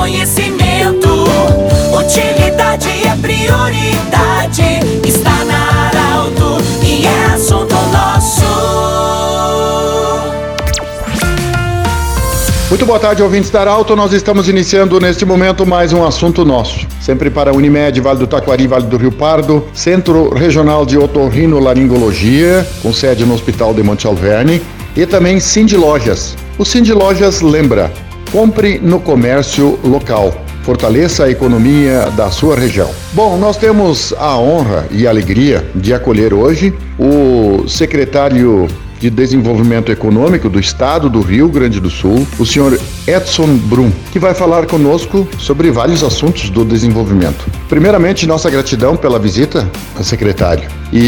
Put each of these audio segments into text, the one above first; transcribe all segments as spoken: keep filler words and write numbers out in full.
conhecimento. Utilidade é prioridade. Está na Arauto e é assunto nosso. Muito boa tarde, ouvintes da Arauto. Nós estamos iniciando neste momento mais um assunto nosso. Sempre para a Unimed, Vale do Taquari, Vale do Rio Pardo, Centro Regional de Otorrinolaringologia, com sede no Hospital de Monte Alverne, e também Cindy Lojas. O Cindy Lojas lembra: compre no comércio local. Fortaleça a economia da sua região. Bom, nós temos a honra e a alegria de acolher hoje o secretário de Desenvolvimento Econômico do Estado do Rio Grande do Sul, o senhor Edson Brum, que vai falar conosco sobre vários assuntos do desenvolvimento. Primeiramente, nossa gratidão pela visita, secretário,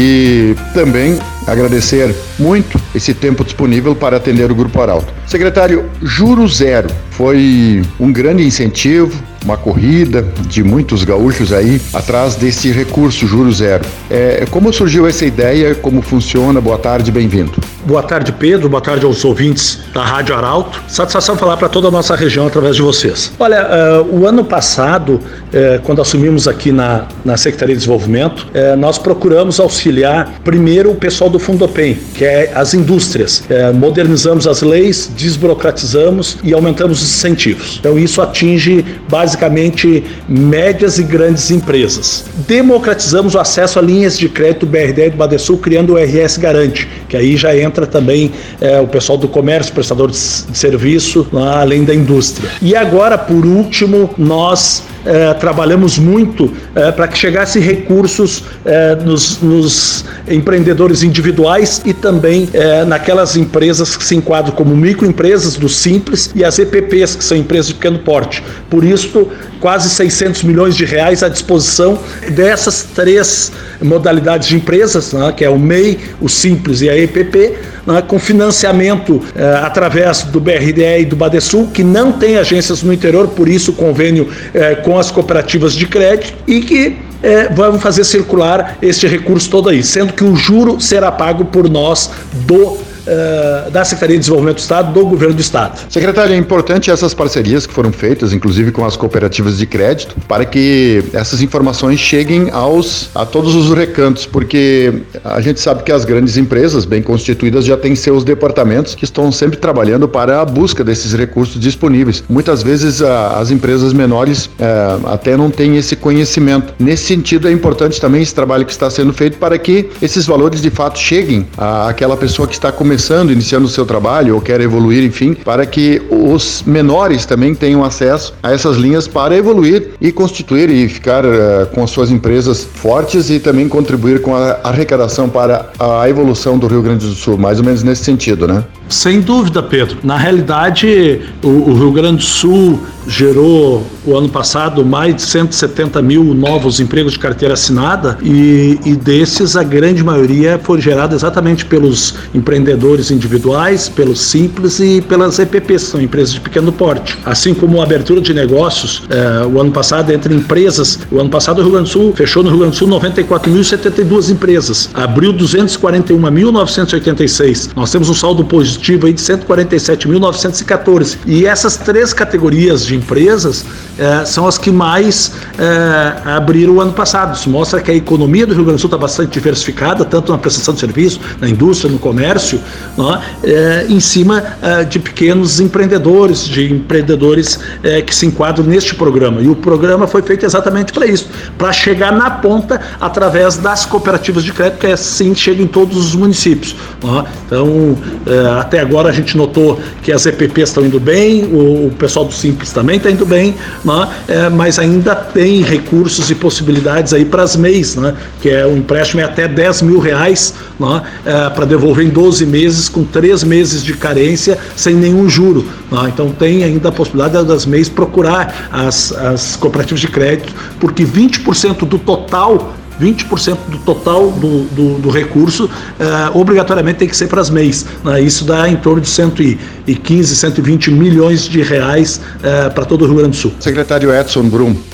e também agradecer muito esse tempo disponível para atender o Grupo Arauto. Secretário, Juro Zero foi um grande incentivo, uma corrida de muitos gaúchos aí atrás desse recurso Juro Zero. É, como surgiu essa ideia, como funciona? Boa tarde, bem-vindo. Boa tarde, Pedro, boa tarde aos ouvintes da Rádio Arauto. Satisfação falar para toda a nossa região através de vocês. Olha, uh, o ano passado, uh, quando assumimos aqui na, na Secretaria de Desenvolvimento, uh, nós procuramos auxiliar primeiro o pessoal do Fundopem, que é as indústrias. Uh, modernizamos as leis, desburocratizamos e aumentamos os incentivos. Então isso atinge basicamente médias e grandes empresas. Democratizamos o acesso a linhas de crédito B R D e do Badesul, criando o R S Garante, que aí já entra também é, o pessoal do comércio, prestador de, de serviço, lá, além da indústria. E agora, por último, nós é, trabalhamos muito é, para que chegasse recursos é, nos, nos empreendedores individuais e também é, naquelas empresas que se enquadram como microempresas do Simples e as E P Ps, que são empresas de pequeno porte. Por isso, quase seiscentos milhões de reais à disposição dessas três modalidades de empresas, né, que é o M E I, o Simples e a E P P, né, com financiamento eh, através do B R D E e do Badesul, que não tem agências no interior, por isso o convênio eh, com as cooperativas de crédito, e que eh, vamos fazer circular este recurso todo aí, sendo que o juro será pago por nós do Uh, da Secretaria de Desenvolvimento do Estado, do Governo do Estado. Secretário, é importante essas parcerias que foram feitas, inclusive com as cooperativas de crédito, para que essas informações cheguem aos, a todos os recantos, porque a gente sabe que as grandes empresas bem constituídas já têm seus departamentos que estão sempre trabalhando para a busca desses recursos disponíveis. Muitas vezes a, as empresas menores é, até não têm esse conhecimento. Nesse sentido, é importante também esse trabalho que está sendo feito para que esses valores de fato cheguem àquela pessoa que está começando começando, iniciando o seu trabalho ou quer evoluir, enfim, para que os menores também tenham acesso a essas linhas para evoluir e constituir e ficar uh, com as suas empresas fortes e também contribuir com a arrecadação para a evolução do Rio Grande do Sul, mais ou menos nesse sentido, né? Sem dúvida, Pedro. Na realidade, o, o Rio Grande do Sul gerou, o ano passado, mais de cento e setenta mil novos empregos de carteira assinada e, e desses, a grande maioria foi gerada exatamente pelos empreendedores individuais, pelos Simples e pelas E P Ps, são empresas de pequeno porte. Assim como a abertura de negócios, eh, o ano passado, entre empresas, o ano passado o Rio Grande do Sul fechou no Rio Grande do Sul noventa e quatro mil e setenta e duas empresas, abriu duzentos e quarenta e um mil novecentos e oitenta e seis. Nós temos um saldo positivo aí de cento e quarenta e sete mil novecentos e quatorze. E essas três categorias de empresas eh, são as que mais eh, abriram o ano passado. Isso mostra que a economia do Rio Grande do Sul está bastante diversificada, tanto na prestação de serviço, na indústria, no comércio, né, eh, em cima eh, de pequenos empreendedores, de empreendedores eh, que se enquadram neste programa. E o programa foi feito exatamente para isso, para chegar na ponta através das cooperativas de crédito, que assim chega em todos os municípios. Né. Então, eh, até agora a gente notou que as E P Ps estão indo bem, o, o pessoal do Simples também está indo bem, né? é, mas ainda tem recursos e possibilidades aí para as M E Is, né? Que é o empréstimo é até dez mil reais, né? é, para devolver em doze meses, com três meses de carência, sem nenhum juro. Né? Então tem ainda a possibilidade das M E Is procurar as, as cooperativas de crédito, porque vinte por cento do total vinte por cento do total do, do, do recurso eh, obrigatoriamente tem que ser para as M E Is. Né? Isso dá em torno de cento e quinze, cento e vinte milhões de reais eh, para todo o Rio Grande do Sul. Secretário Edson Brum,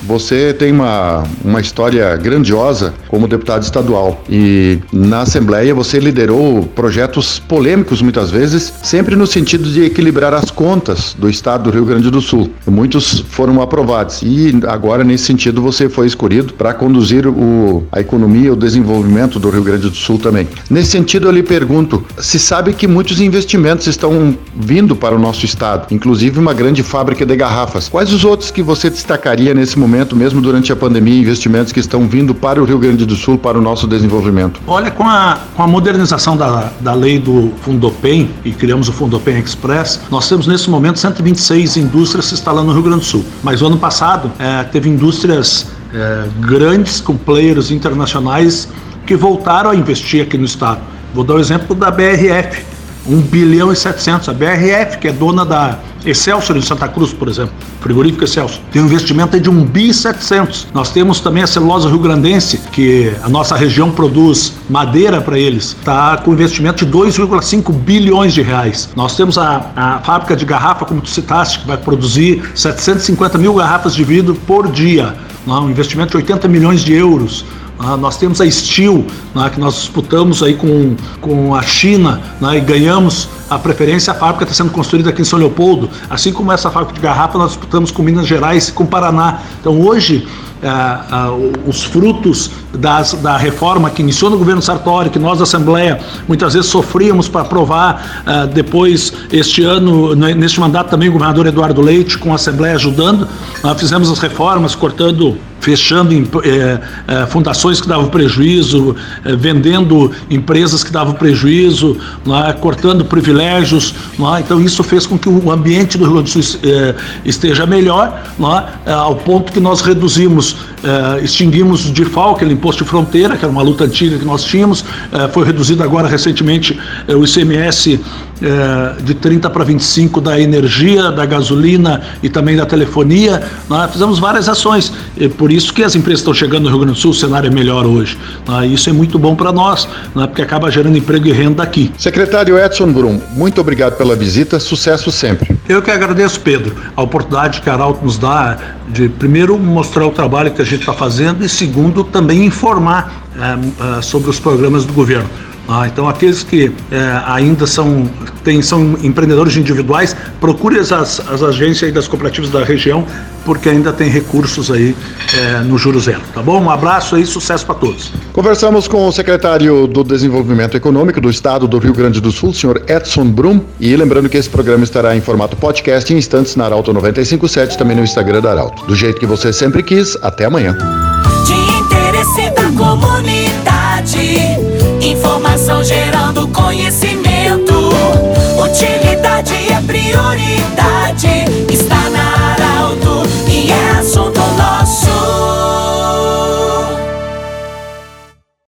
você tem uma, uma história grandiosa como deputado estadual e na Assembleia você liderou projetos polêmicos muitas vezes, sempre no sentido de equilibrar as contas do estado do Rio Grande do Sul. Muitos foram aprovados e agora nesse sentido você foi escolhido para conduzir o, a economia e o desenvolvimento do Rio Grande do Sul também. Nesse sentido eu lhe pergunto, se sabe que muitos investimentos estão vindo para o nosso estado, inclusive uma grande fábrica de garrafas. Quais os outros que você destacaria nesse momento, mesmo durante a pandemia, investimentos que estão vindo para o Rio Grande do Sul, para o nosso desenvolvimento? Olha, com a, com a modernização da, da lei do Fundopem, e criamos o Fundopem Express, nós temos nesse momento cento e vinte e seis indústrias se instalando no Rio Grande do Sul. Mas o ano passado é, teve indústrias é, grandes, com players internacionais, que voltaram a investir aqui no estado. Vou dar o exemplo da B R F, um bilhão e setecentos. A B R F, que é dona da Excelsior em Santa Cruz, por exemplo, frigorífico Excelsior, tem um investimento de um bilhão e setecentos. Nós temos também a celulose rio-grandense, que a nossa região produz madeira para eles, está com investimento de dois vírgula cinco bilhões de reais. Nós temos a, a fábrica de garrafa, como tu citaste, que vai produzir setecentos e cinquenta mil garrafas de vidro por dia, um investimento de oitenta milhões de euros. Ah, nós temos a Steel, né, que nós disputamos aí com, com a China, né, e ganhamos a preferência. A fábrica está sendo construída aqui em São Leopoldo, assim como essa fábrica de garrafa nós disputamos com Minas Gerais e com Paraná. Então hoje ah, ah, os frutos das, da reforma que iniciou no governo Sartori, que nós da Assembleia muitas vezes sofríamos para aprovar, ah, depois este ano, neste mandato também o governador Eduardo Leite com a Assembleia ajudando, nós fizemos as reformas cortando, fechando eh, eh, fundações que davam prejuízo, eh, vendendo empresas que davam prejuízo, né, cortando privilégios, né, então isso fez com que o ambiente do Rio Grande do Sul eh, esteja melhor, né, eh, ao ponto que nós reduzimos, eh, extinguimos de FAO, aquele imposto de fronteira, que era uma luta antiga que nós tínhamos, eh, foi reduzido agora recentemente eh, o I C M S eh, de trinta para vinte e cinco da energia, da gasolina e também da telefonia. Nós fizemos várias ações, e por isso que as empresas estão chegando no Rio Grande do Sul, o cenário é melhor hoje. Né? Isso é muito bom para nós, né? Porque acaba gerando emprego e renda aqui. Secretário Edson Brum, muito obrigado pela visita, sucesso sempre. Eu que agradeço, Pedro, a oportunidade que a Arauto nos dá de, primeiro, mostrar o trabalho que a gente está fazendo e, segundo, também informar é, é, sobre os programas do governo. Ah, então aqueles que é, ainda são, tem, são empreendedores individuais, procure as, as agências aí das cooperativas da região, porque ainda tem recursos aí é, no Juro Zero, tá bom? Um abraço aí, sucesso para todos. Conversamos com o secretário do Desenvolvimento Econômico do Estado do Rio Grande do Sul, senhor Edson Brum, e lembrando que esse programa estará em formato podcast em instantes na Arauto noventa e cinco ponto sete, também no Instagram da Arauto. Do jeito que você sempre quis, até amanhã. De interesse da comunidade.